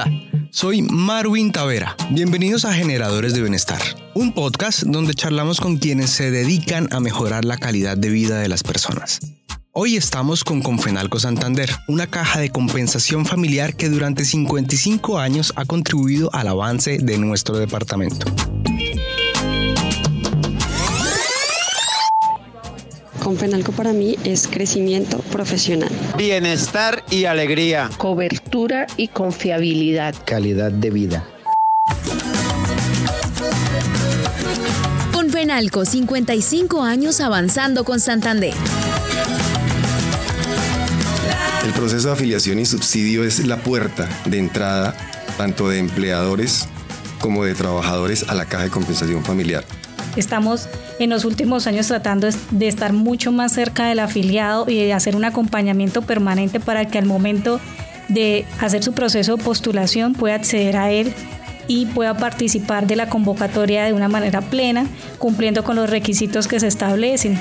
Hola, soy Marvin Tavera. Bienvenidos a Generadores de Bienestar, un podcast donde charlamos con quienes se dedican a mejorar la calidad de vida de las personas. Hoy estamos con Confenalco Santander, una caja de compensación familiar que durante 55 años ha contribuido al avance de nuestro departamento. Confenalco para mí es crecimiento profesional, bienestar y alegría, cobertura y confiabilidad, calidad de vida. Confenalco, 55 años avanzando con Santander. El proceso de afiliación y subsidio es la puerta de entrada tanto de empleadores como de trabajadores a la Caja de Compensación Familiar. Estamos en los últimos años tratando de estar mucho más cerca del afiliado y de hacer un acompañamiento permanente para que al momento de hacer su proceso de postulación pueda acceder a él y pueda participar de la convocatoria de una manera plena, cumpliendo con los requisitos que se establecen.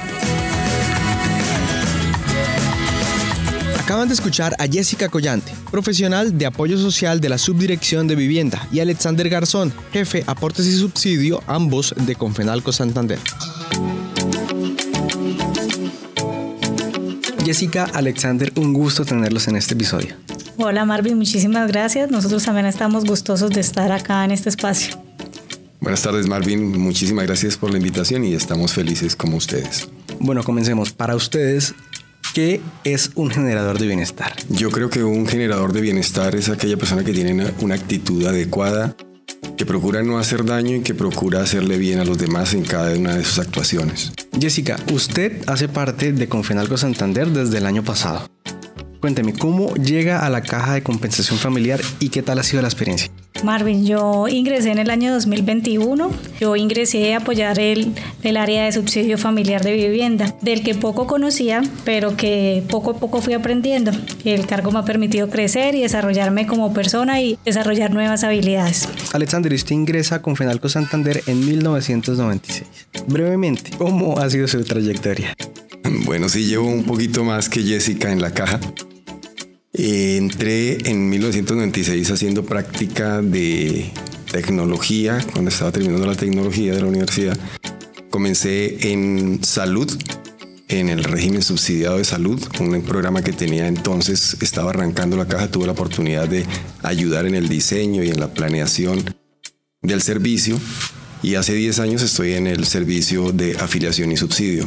Acaban de escuchar a Jessica Collante, profesional de apoyo social de la Subdirección de Vivienda, y Alexander Garzón, jefe aportes y subsidio, ambos de Confenalco Santander. Jessica, Alexander, un gusto tenerlos en este episodio. Hola Marvin, muchísimas gracias. Nosotros también estamos gustosos de estar acá en este espacio. Buenas tardes, Marvin. Muchísimas gracias por la invitación y estamos felices como ustedes. Bueno, comencemos. Para ustedes, ¿qué es un generador de bienestar? Yo creo que un generador de bienestar es aquella persona que tiene una actitud adecuada, que procura no hacer daño y que procura hacerle bien a los demás en cada una de sus actuaciones. Jessica, usted hace parte de Confenalco Santander desde el año pasado. Cuénteme, ¿cómo llega a la Caja de Compensación Familiar y qué tal ha sido la experiencia? Marvin, yo ingresé en el año 2021. Yo ingresé a apoyar el área de subsidio familiar de vivienda, del que poco conocía, pero que poco a poco fui aprendiendo. El cargo me ha permitido crecer y desarrollarme como persona y desarrollar nuevas habilidades. Alexander, usted ingresa a Confenalco Santander en 1996. Brevemente, ¿cómo ha sido su trayectoria? Bueno, sí, llevo un poquito más que Jessica en la caja. Entré en 1996 haciendo práctica de tecnología, cuando estaba terminando la tecnología de la universidad. Comencé en salud, en el régimen subsidiado de salud, un programa que tenía entonces, estaba arrancando la caja, tuve la oportunidad de ayudar en el diseño y en la planeación del servicio, y hace 10 años estoy en el servicio de afiliación y subsidio.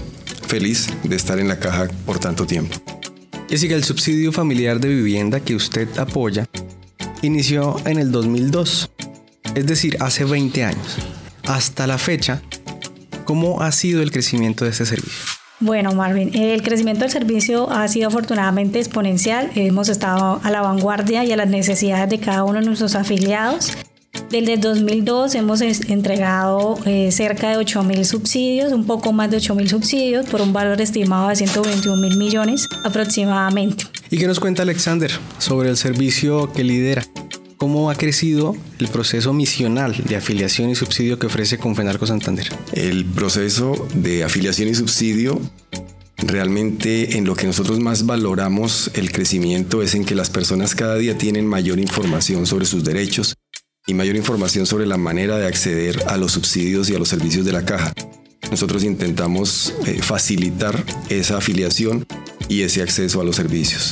Feliz de estar en la caja por tanto tiempo. Jessica, el subsidio familiar de vivienda que usted apoya inició en el 2002, es decir, hace 20 años. Hasta la fecha, ¿cómo ha sido el crecimiento de este servicio? Bueno, Marvin, el crecimiento del servicio ha sido afortunadamente exponencial. Hemos estado a la vanguardia y a las necesidades de cada uno de nuestros afiliados. Desde 2002 hemos entregado cerca de 8.000 subsidios, un poco más de 8.000 subsidios por un valor estimado de 121.000 millones aproximadamente. ¿Y qué nos cuenta Alexander sobre el servicio que lidera? ¿Cómo ha crecido el proceso misional de afiliación y subsidio que ofrece Confenalco Santander? El proceso de afiliación y subsidio, realmente en lo que nosotros más valoramos el crecimiento es en que las personas cada día tienen mayor información sobre sus derechos y mayor información sobre la manera de acceder a los subsidios y a los servicios de la caja. Nosotros intentamos facilitar esa afiliación y ese acceso a los servicios.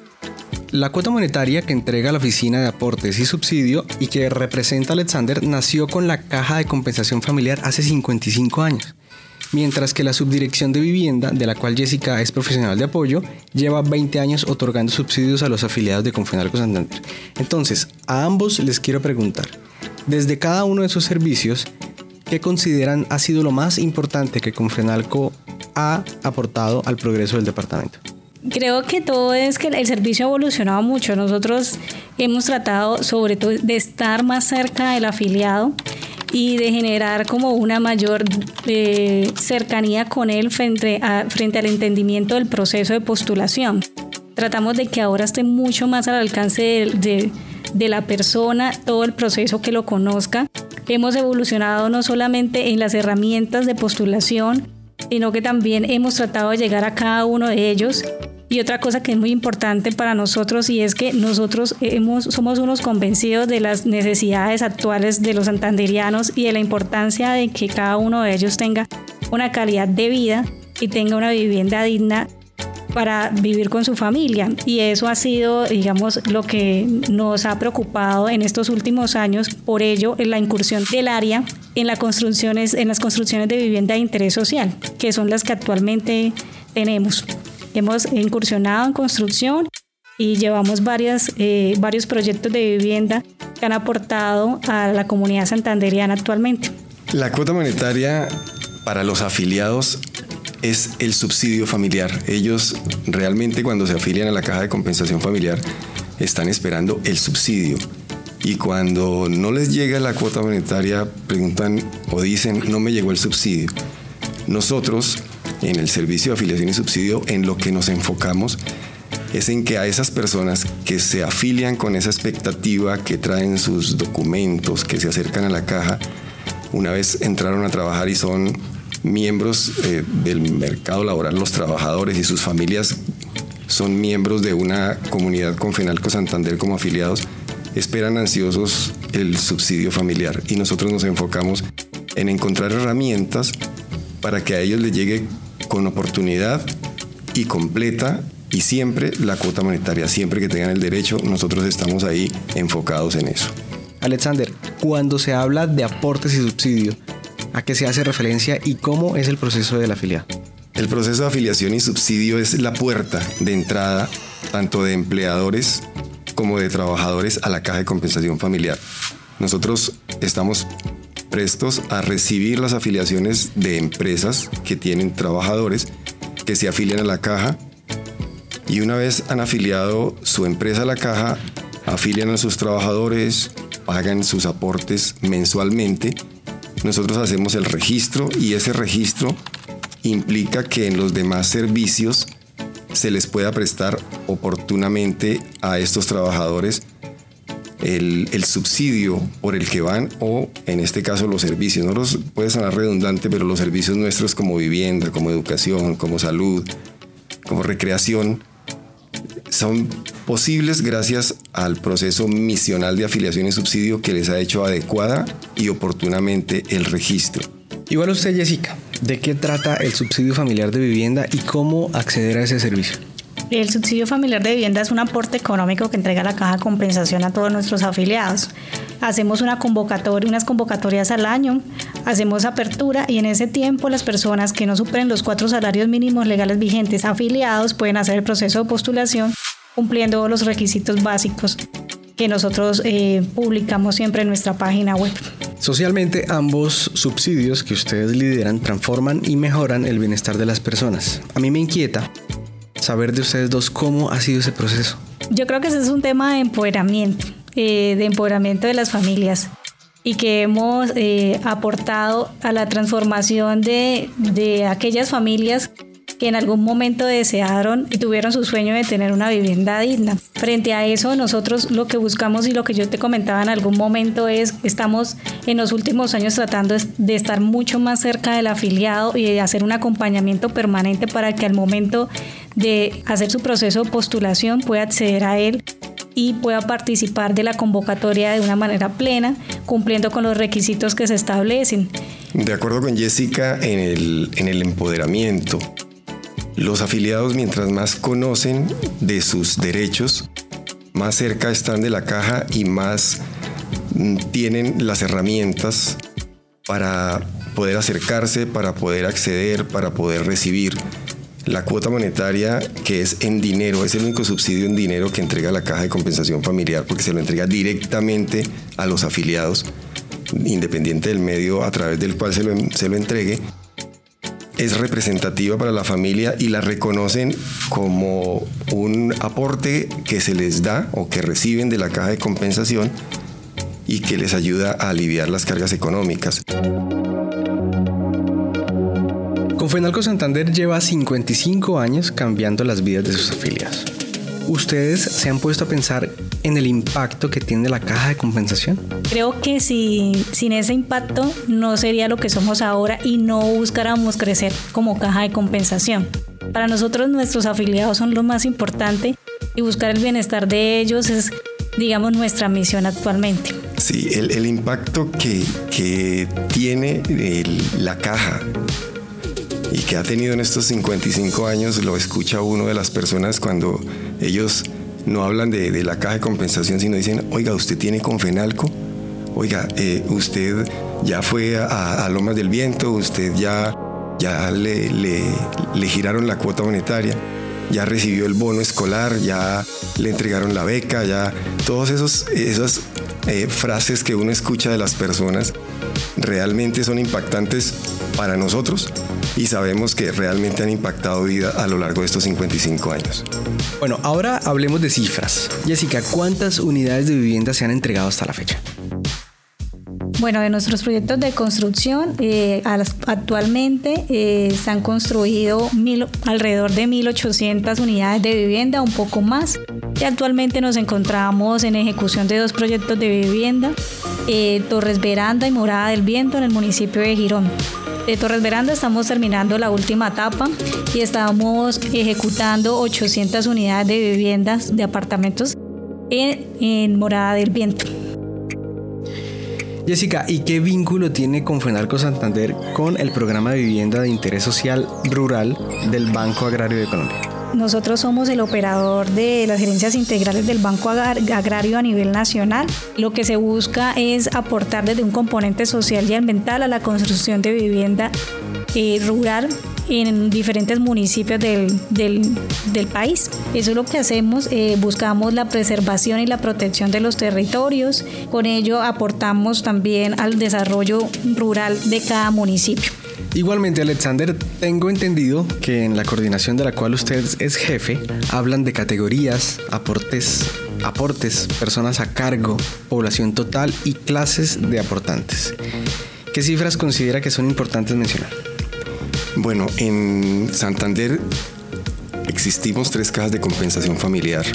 La cuota monetaria que entrega la Oficina de Aportes y Subsidio y que representa Alexander nació con la Caja de Compensación Familiar hace 55 años, mientras que la Subdirección de Vivienda, de la cual Jessica es profesional de apoyo, lleva 20 años otorgando subsidios a los afiliados de Confenalco Santander. Entonces, a ambos les quiero preguntar, desde cada uno de sus servicios, ¿qué consideran ha sido lo más importante que Confenalco ha aportado al progreso del departamento? Creo que todo es que el servicio ha evolucionado mucho. Nosotros hemos tratado sobre todo de estar más cerca del afiliado y de generar como una mayor cercanía con él frente al entendimiento del proceso de postulación. Tratamos de que ahora esté mucho más al alcance de la persona, todo el proceso, que lo conozca. Hemos evolucionado no solamente en las herramientas de postulación, sino que también hemos tratado de llegar a cada uno de ellos Y otra cosa que es muy importante para nosotros, y es que nosotros somos unos convencidos de las necesidades actuales de los santanderianos y de la importancia de que cada uno de ellos tenga una calidad de vida y tenga una vivienda digna para vivir con su familia. Y eso ha sido, digamos, lo que nos ha preocupado en estos últimos años. Por ello, en la incursión del área en las construcciones de vivienda de interés social, que son las que actualmente tenemos. Hemos incursionado en construcción y llevamos varios proyectos de vivienda que han aportado a la comunidad santanderiana actualmente. La cuota monetaria para los afiliados es el subsidio familiar. Ellos realmente cuando se afilian a la Caja de Compensación Familiar están esperando el subsidio. Y cuando no les llega la cuota monetaria, preguntan o dicen, no me llegó el subsidio. Nosotros, en el servicio de afiliación y subsidio, en lo que nos enfocamos es en que a esas personas que se afilian con esa expectativa, que traen sus documentos, que se acercan a la caja, una vez entraron a trabajar y son miembros del mercado laboral, los trabajadores y sus familias son miembros de una comunidad con Fenalco Santander como afiliados, esperan ansiosos el subsidio familiar y nosotros nos enfocamos en encontrar herramientas para que a ellos les llegue con oportunidad y completa y siempre la cuota monetaria, siempre que tengan el derecho, nosotros estamos ahí enfocados en eso. Alexander, cuando se habla de aportes y subsidio, ¿a qué se hace referencia y cómo es el proceso de la afiliado? El proceso de afiliación y subsidio es la puerta de entrada tanto de empleadores como de trabajadores a la Caja de Compensación Familiar. Nosotros estamos prestos a recibir las afiliaciones de empresas que tienen trabajadores que se afilian a la Caja y una vez han afiliado su empresa a la Caja, afilian a sus trabajadores, pagan sus aportes mensualmente. Nosotros hacemos el registro y ese registro implica que en los demás servicios se les pueda prestar oportunamente a estos trabajadores el subsidio por el que van o en este caso los servicios. No los puede sonar redundante, pero los servicios nuestros como vivienda, como educación, como salud, como recreación son posibles gracias al proceso misional de afiliación y subsidio que les ha hecho adecuada y oportunamente el registro. Igual usted, Jessica, ¿de qué trata el subsidio familiar de vivienda y cómo acceder a ese servicio? El subsidio familiar de vivienda es un aporte económico que entrega la Caja de Compensación a todos nuestros afiliados. Hacemos unas convocatorias al año, hacemos apertura y en ese tiempo las personas que no superen los 4 salarios mínimos legales vigentes afiliados pueden hacer el proceso de postulación cumpliendo los requisitos básicos que nosotros publicamos siempre en nuestra página web. Socialmente, ambos subsidios que ustedes lideran transforman y mejoran el bienestar de las personas. A mí me inquieta saber de ustedes dos cómo ha sido ese proceso. Yo creo que ese es un tema de empoderamiento de las familias y que hemos aportado a la transformación de aquellas familias que en algún momento desearon y tuvieron su sueño de tener una vivienda digna. Frente a eso, nosotros lo que buscamos y lo que yo te comentaba en algún momento es, estamos en los últimos años tratando de estar mucho más cerca del afiliado y de hacer un acompañamiento permanente para que al momento de hacer su proceso de postulación pueda acceder a él y pueda participar de la convocatoria de una manera plena, cumpliendo con los requisitos que se establecen. De acuerdo con Jessica, en el empoderamiento, los afiliados, mientras más conocen de sus derechos, más cerca están de la caja y más tienen las herramientas para poder acercarse, para poder acceder, para poder recibir. La cuota monetaria, que es en dinero, es el único subsidio en dinero que entrega la Caja de Compensación Familiar, porque se lo entrega directamente a los afiliados, independiente del medio a través del cual se lo entregue. Es representativa para la familia y la reconocen como un aporte que se les da o que reciben de la Caja de Compensación y que les ayuda a aliviar las cargas económicas. Confenalco Santander lleva 55 años cambiando las vidas de sus afiliados. ¿Ustedes se han puesto a pensar en el impacto que tiene la Caja de Compensación? Creo que sin ese impacto no sería lo que somos ahora y no buscáramos crecer como Caja de Compensación. Para nosotros nuestros afiliados son lo más importante y buscar el bienestar de ellos es, digamos, nuestra misión actualmente. Sí, el impacto que tiene la caja y que ha tenido en estos 55 años lo escucha uno de las personas cuando ellos no hablan de la caja de compensación, sino dicen, oiga, ¿usted tiene Confenalco? Oiga, usted ya fue a Lomas del Viento, usted ya le giraron la cuota monetaria, ya recibió el bono escolar, ya le entregaron la beca, ya todas esas frases que uno escucha de las personas realmente son impactantes para nosotros y sabemos que realmente han impactado vida a lo largo de estos 55 años. Bueno, ahora hablemos de cifras. Jessica, ¿cuántas unidades de vivienda se han entregado hasta la fecha? Bueno, de nuestros proyectos de construcción, actualmente se han construido alrededor de 1.800 unidades de vivienda, un poco más. Y actualmente nos encontramos en ejecución de 2 proyectos de vivienda, Torres Veranda y Morada del Viento en el municipio de Girón. De Torres Veranda estamos terminando la última etapa y estamos ejecutando 800 unidades de viviendas de apartamentos en Morada del Viento. Jessica, ¿y qué vínculo tiene Confenalco Santander con el programa de vivienda de interés social rural del Banco Agrario de Colombia? Nosotros somos el operador de las gerencias integrales del Banco Agrario a nivel nacional. Lo que se busca es aportar desde un componente social y ambiental a la construcción de vivienda rural en diferentes municipios del país. Eso es lo que hacemos, buscamos la preservación y la protección de los territorios. Con ello aportamos también al desarrollo rural de cada municipio. Igualmente, Alexander, tengo entendido que en la coordinación de la cual usted es jefe, hablan de categorías, aportes, personas a cargo, población total y clases de aportantes. ¿Qué cifras considera que son importantes mencionar? Bueno, en Santander existimos 3 cajas de compensación familiar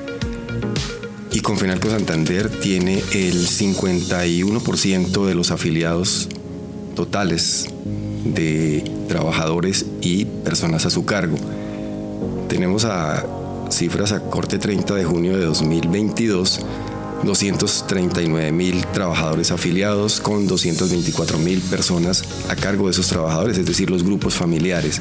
y Confenalco Santander tiene el 51% de los afiliados totales de trabajadores y personas a su cargo. Tenemos cifras a corte 30 de junio de 2022, 239.000 trabajadores afiliados con 224.000 personas a cargo de esos trabajadores, es decir, los grupos familiares.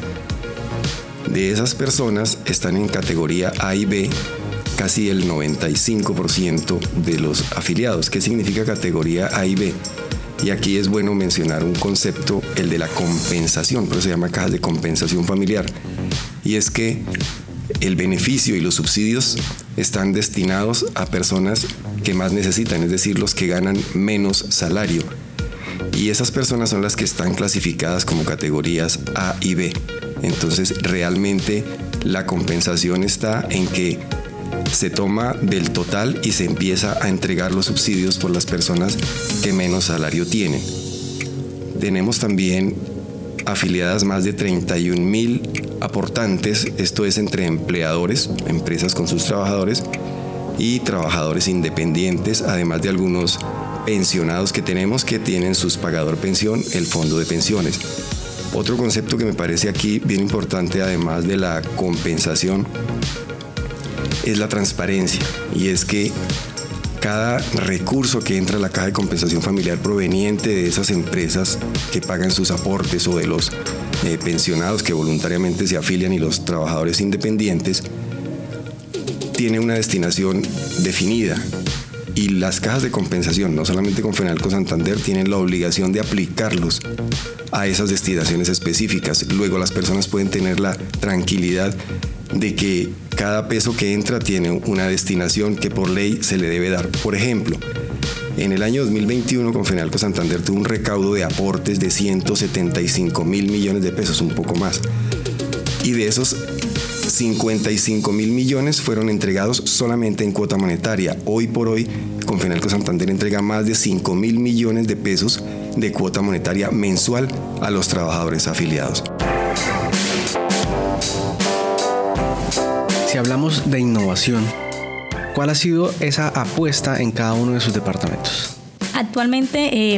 De esas personas están en categoría A y B casi el 95% de los afiliados. ¿Qué significa categoría A y B? Y aquí es bueno mencionar un concepto, el de la compensación, por eso se llama cajas de compensación familiar. Y es que el beneficio y los subsidios están destinados a personas que más necesitan, es decir, los que ganan menos salario. Y esas personas son las que están clasificadas como categorías A y B. Entonces, realmente la compensación está en que se toma del total y se empieza a entregar los subsidios por las personas que menos salario tienen. Tenemos también afiliadas más de 31.000 aportantes, esto es entre empleadores, empresas con sus trabajadores y trabajadores independientes, además de algunos pensionados que tenemos que tienen sus pagador pensión, el fondo de pensiones. Otro concepto que me parece aquí bien importante, además de la compensación, es la transparencia, y es que cada recurso que entra a la caja de compensación familiar proveniente de esas empresas que pagan sus aportes o de los pensionados que voluntariamente se afilian y los trabajadores independientes, tiene una destinación definida. Y las cajas de compensación, no solamente Confenalco Santander, tienen la obligación de aplicarlos a esas destinaciones específicas. Luego las personas pueden tener la tranquilidad de que cada peso que entra tiene una destinación que por ley se le debe dar. Por ejemplo, en el año 2021 Confenalco Santander tuvo un recaudo de aportes de 175.000 millones de pesos, un poco más. Y de esos 55.000 millones fueron entregados solamente en cuota monetaria. Hoy por hoy, Confenalco Santander entrega más de 5.000 millones de pesos de cuota monetaria mensual a los trabajadores afiliados. Si hablamos de innovación, ¿cuál ha sido esa apuesta en cada uno de sus departamentos? Actualmente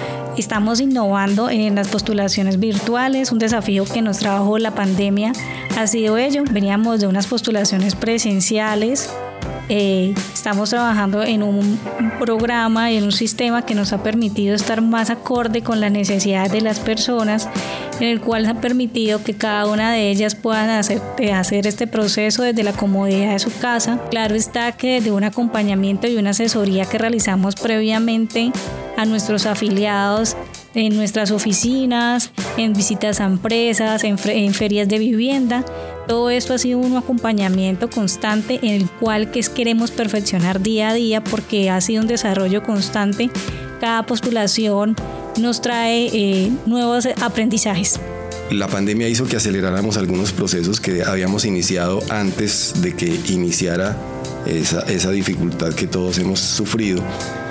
estamos innovando en las postulaciones virtuales, un desafío que nos trajo la pandemia ha sido ello. Veníamos de unas postulaciones presenciales. Estamos trabajando en un programa y en un sistema que nos ha permitido estar más acorde con las necesidades de las personas, en el cual ha permitido que cada una de ellas puedan hacer este proceso desde la comodidad de su casa. Claro está que desde un acompañamiento y una asesoría que realizamos previamente a nuestros afiliados en nuestras oficinas, en visitas a empresas, en ferias de vivienda. Todo esto ha sido un acompañamiento constante en el cual queremos perfeccionar día a día, porque ha sido un desarrollo constante. Cada postulación nos trae nuevos aprendizajes. La pandemia hizo que aceleráramos algunos procesos que habíamos iniciado antes de que iniciara esa dificultad que todos hemos sufrido.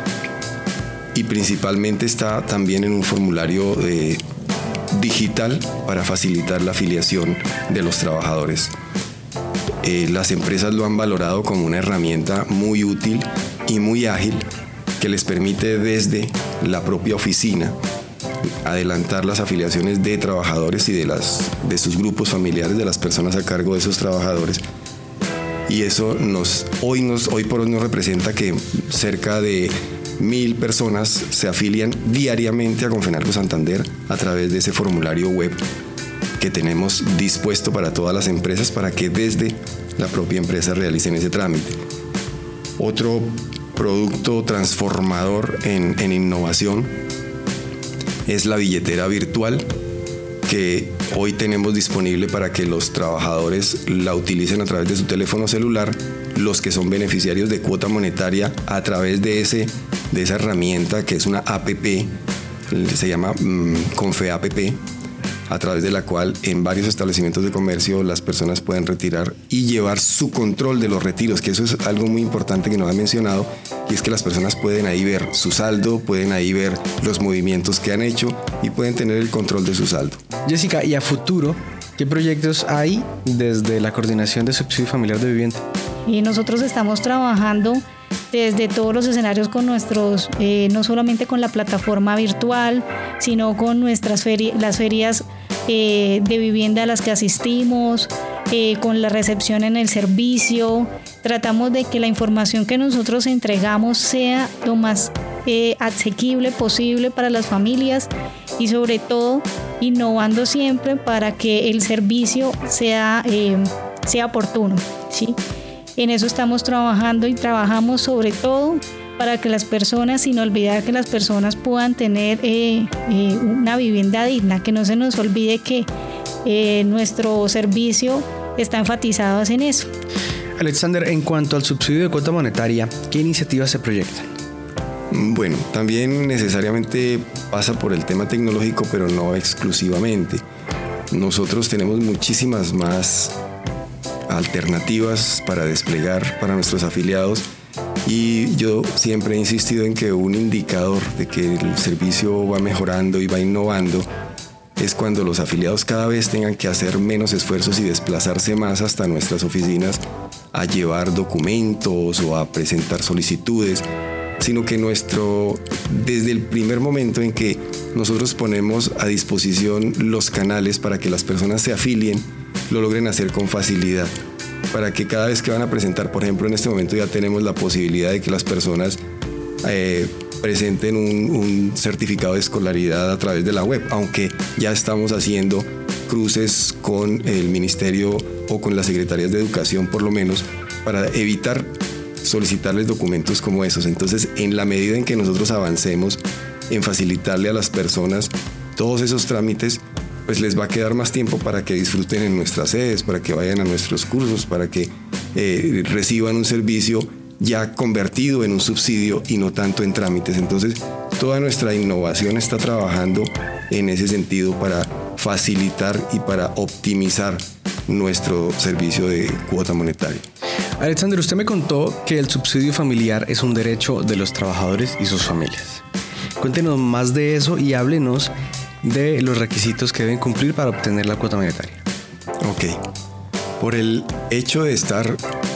Y principalmente está también en un formulario digital para facilitar la afiliación de los trabajadores. Las empresas lo han valorado como una herramienta muy útil y muy ágil que les permite desde la propia oficina adelantar las afiliaciones de trabajadores y de sus grupos familiares, de las personas a cargo de esos trabajadores. Y eso hoy por hoy nos representa que cerca de 1.000 personas se afilian diariamente a Confenalco Santander a través de ese formulario web que tenemos dispuesto para todas las empresas, para que desde la propia empresa realicen ese trámite. Otro producto transformador en innovación es la billetera virtual, que hoy tenemos disponible para que los trabajadores la utilicen a través de su teléfono celular, los que son beneficiarios de cuota monetaria a través de esa herramienta que es una APP, se llama ConfeApp, a través de la cual en varios establecimientos de comercio las personas pueden retirar y llevar su control de los retiros, que eso es algo muy importante que nos ha mencionado, y es que las personas pueden ahí ver su saldo, pueden ahí ver los movimientos que han hecho y pueden tener el control de su saldo. Jessica, ¿y a futuro qué proyectos hay desde la Coordinación de Subsidio Familiar de Vivienda? Y nosotros estamos trabajando desde todos los escenarios con nuestros, no solamente con la plataforma virtual, sino con las ferias de vivienda a las que asistimos, con la recepción en el servicio. Tratamos de que la información que nosotros entregamos sea lo más asequible posible para las familias y sobre todo innovando siempre para que el servicio sea oportuno, ¿sí? En eso estamos trabajando y trabajamos sobre todo para que las personas, sin olvidar que las personas puedan tener una vivienda digna, que no se nos olvide que nuestro servicio está enfatizado en eso. Alexander, en cuanto al subsidio de cuota monetaria, ¿qué iniciativas se proyectan? Bueno, también necesariamente pasa por el tema tecnológico, pero no exclusivamente. Nosotros tenemos muchísimas más alternativas para desplegar para nuestros afiliados, y yo siempre he insistido en que un indicador de que el servicio va mejorando y va innovando es cuando los afiliados cada vez tengan que hacer menos esfuerzos y desplazarse más hasta nuestras oficinas a llevar documentos o a presentar solicitudes, sino que desde el primer momento en que nosotros ponemos a disposición los canales para que las personas se afilien, lo logren hacer con facilidad, para que cada vez que van a presentar, por ejemplo, en este momento ya tenemos la posibilidad de que las personas presenten un certificado de escolaridad a través de la web, aunque ya estamos haciendo cruces con el Ministerio o con las Secretarías de Educación, por lo menos, para evitar solicitarles documentos como esos. Entonces, en la medida en que nosotros avancemos en facilitarle a las personas todos esos trámites, pues les va a quedar más tiempo para que disfruten en nuestras sedes, para que vayan a nuestros cursos, para que reciban un servicio ya convertido en un subsidio y no tanto en trámites. Entonces, toda nuestra innovación está trabajando en ese sentido para facilitar y para optimizar nuestro servicio de cuota monetaria. Alexander, usted me contó que el subsidio familiar es un derecho de los trabajadores y sus familias. Cuéntenos más de eso y háblenos de los requisitos que deben cumplir para obtener la cuota monetaria. Ok. Por el hecho de estar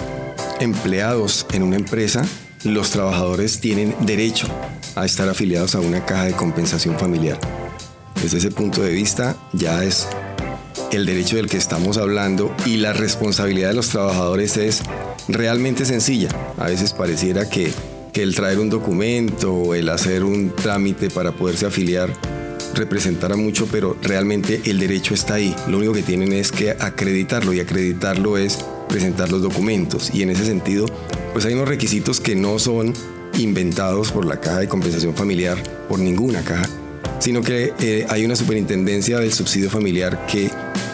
empleados en una empresa, los trabajadores tienen derecho a estar afiliados a una caja de compensación familiar. Desde ese punto de vista, ya es el derecho del que estamos hablando y la responsabilidad de los trabajadores es realmente sencilla. A veces pareciera que el traer un documento o el hacer un trámite para poderse afiliar representará mucho, pero realmente el derecho está ahí. Lo único que tienen es que acreditarlo, y acreditarlo es presentar los documentos. Y en ese sentido, pues hay unos requisitos que no son inventados por la Caja de Compensación Familiar, por ninguna caja, sino que hay una superintendencia del subsidio familiar que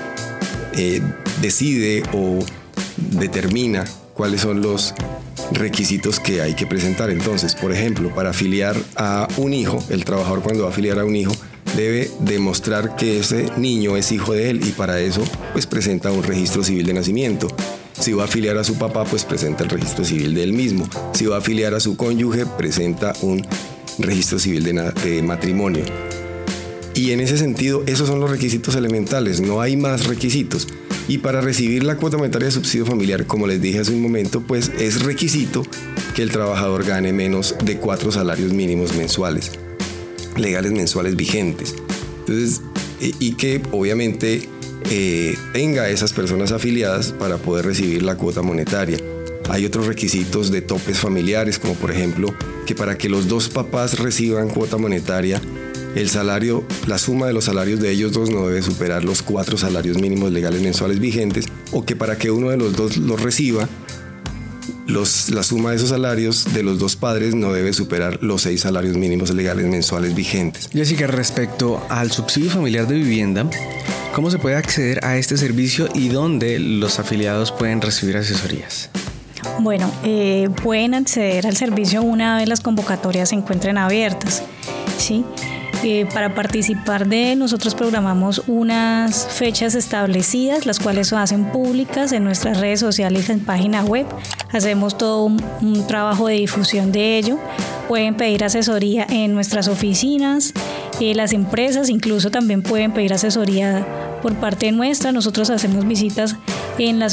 decide o determina cuáles son los requisitos que hay que presentar. Entonces, por ejemplo, para afiliar a un hijo, el trabajador cuando va a afiliar a un hijo debe demostrar que ese niño es hijo de él, y para eso pues presenta un registro civil de nacimiento. Si va a afiliar a su papá, pues presenta el registro civil de él mismo. Si va a afiliar a su cónyuge, presenta un registro civil de matrimonio. Y en ese sentido, esos son los requisitos elementales, no hay más requisitos. Y para recibir la cuota monetaria de subsidio familiar, como les dije hace un momento, pues es requisito que el trabajador gane menos de 4 salarios mínimos mensuales, legales mensuales vigentes. Entonces, y que obviamente tenga esas personas afiliadas para poder recibir la cuota monetaria. Hay otros requisitos de topes familiares, como por ejemplo, que para que los dos papás reciban cuota monetaria, el salario, la suma de los salarios de ellos dos no debe superar los 4 salarios mínimos legales mensuales vigentes, o que para que uno de los dos los reciba, la suma de esos salarios de los dos padres no debe superar los 6 salarios mínimos legales mensuales vigentes. Jessica, respecto al subsidio familiar de vivienda, ¿cómo se puede acceder a este servicio y dónde los afiliados pueden recibir asesorías? Bueno, pueden acceder al servicio una vez las convocatorias se encuentren abiertas, ¿sí? Para participar nosotros programamos unas fechas establecidas, las cuales se hacen públicas en nuestras redes sociales y en página web. Hacemos todo un trabajo de difusión de ello. Pueden pedir asesoría en nuestras oficinas, las empresas incluso también pueden pedir asesoría por parte nuestra. Nosotros hacemos visitas en las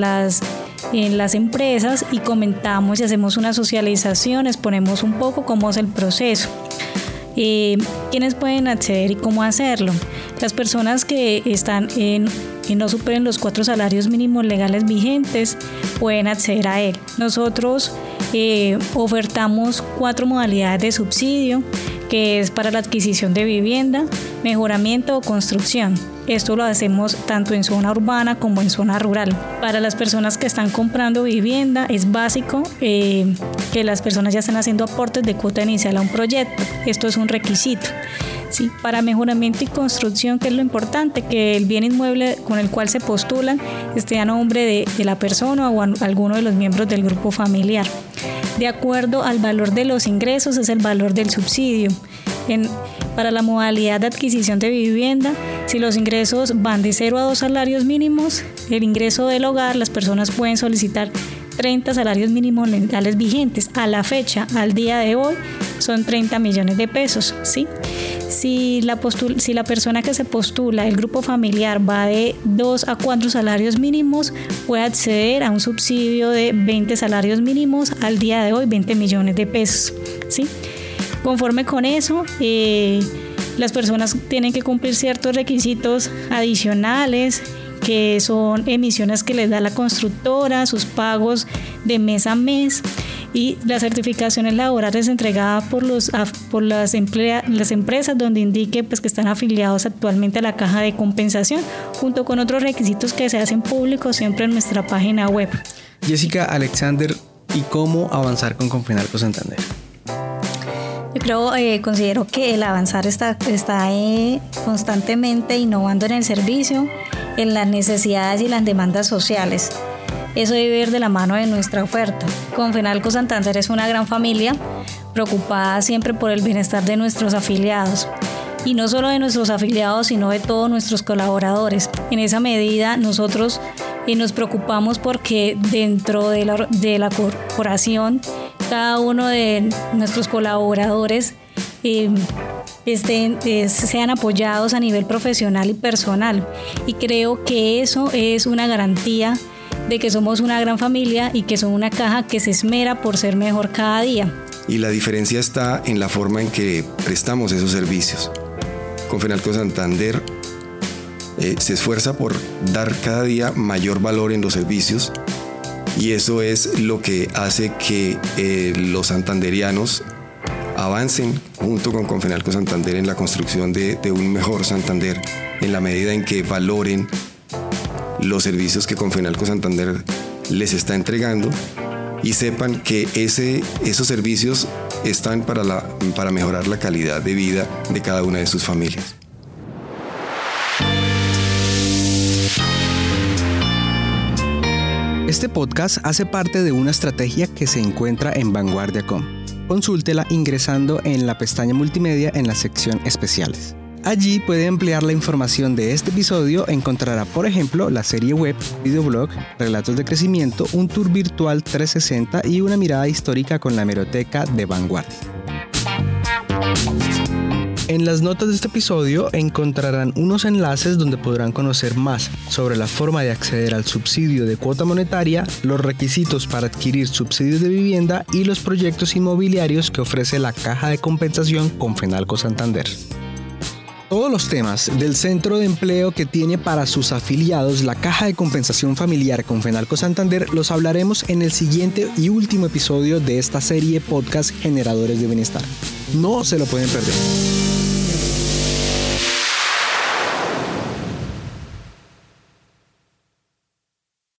empresas y comentamos y hacemos una socialización, exponemos un poco cómo es el proceso. ¿Quiénes pueden acceder y cómo hacerlo? Las personas que están no superen los 4 salarios mínimos legales vigentes pueden acceder a él. Nosotros ofertamos 4 modalidades de subsidio, que es para la adquisición de vivienda, mejoramiento o construcción. Esto lo hacemos tanto en zona urbana como en zona rural. Para las personas que están comprando vivienda es básico que las personas ya estén haciendo aportes de cuota inicial a un proyecto. Esto es un requisito. Sí, para mejoramiento y construcción, que es lo importante, que el bien inmueble con el cual se postulan esté a nombre de la persona o alguno de los miembros del grupo familiar. De acuerdo al valor de los ingresos es el valor del subsidio. Para la modalidad de adquisición de vivienda, si los ingresos van de 0 a 2 salarios mínimos, el ingreso del hogar, las personas pueden solicitar 30 salarios mínimos legales vigentes. A la fecha, al día de hoy, son 30 millones de pesos, ¿sí? Si la persona que se postula, el grupo familiar, va de 2 a 4 salarios mínimos, puede acceder a un subsidio de 20 salarios mínimos, al día de hoy 20 millones de pesos, ¿sí? Conforme con eso, las personas tienen que cumplir ciertos requisitos adicionales, que son emisiones que les da la constructora, sus pagos de mes a mes y las certificaciones laborales entregadas por las empresas donde indique pues, que están afiliados actualmente a la Caja de Compensación, junto con otros requisitos que se hacen públicos siempre en nuestra página web. Jessica, Alexander, ¿y cómo avanzar con Confenalco Santander? Yo considero que el avanzar está constantemente innovando en el servicio, en las necesidades y las demandas sociales. Eso debe ir de la mano de nuestra oferta. Confenalco Santander es una gran familia, preocupada siempre por el bienestar de nuestros afiliados. Y no solo de nuestros afiliados, sino de todos nuestros colaboradores. En esa medida, nosotros nos preocupamos porque dentro de la corporación, cada uno de nuestros colaboradores sean apoyados a nivel profesional y personal. Y creo que eso es una garantía de que somos una gran familia y que somos una caja que se esmera por ser mejor cada día. Y la diferencia está en la forma en que prestamos esos servicios. Confenalco Santander se esfuerza por dar cada día mayor valor en los servicios, y eso es lo que hace que los santanderianos avancen junto con Confenalco Santander en la construcción de un mejor Santander, en la medida en que valoren los servicios que Confenalco Santander les está entregando y sepan que esos servicios están para mejorar la calidad de vida de cada una de sus familias. Este podcast hace parte de una estrategia que se encuentra en Vanguardia.com. Consúltela ingresando en la pestaña multimedia en la sección especiales. Allí puede ampliar la información de este episodio. Encontrará, por ejemplo, la serie web, videoblog, relatos de crecimiento, un tour virtual 360 y una mirada histórica con la hemeroteca de Vanguardia. En las notas de este episodio encontrarán unos enlaces donde podrán conocer más sobre la forma de acceder al subsidio de cuota monetaria, los requisitos para adquirir subsidios de vivienda y los proyectos inmobiliarios que ofrece la Caja de Compensación Confenalco Santander. Todos los temas del centro de empleo que tiene para sus afiliados la Caja de Compensación Familiar Confenalco Santander los hablaremos en el siguiente y último episodio de esta serie podcast Generadores de Bienestar. No se lo pueden perder.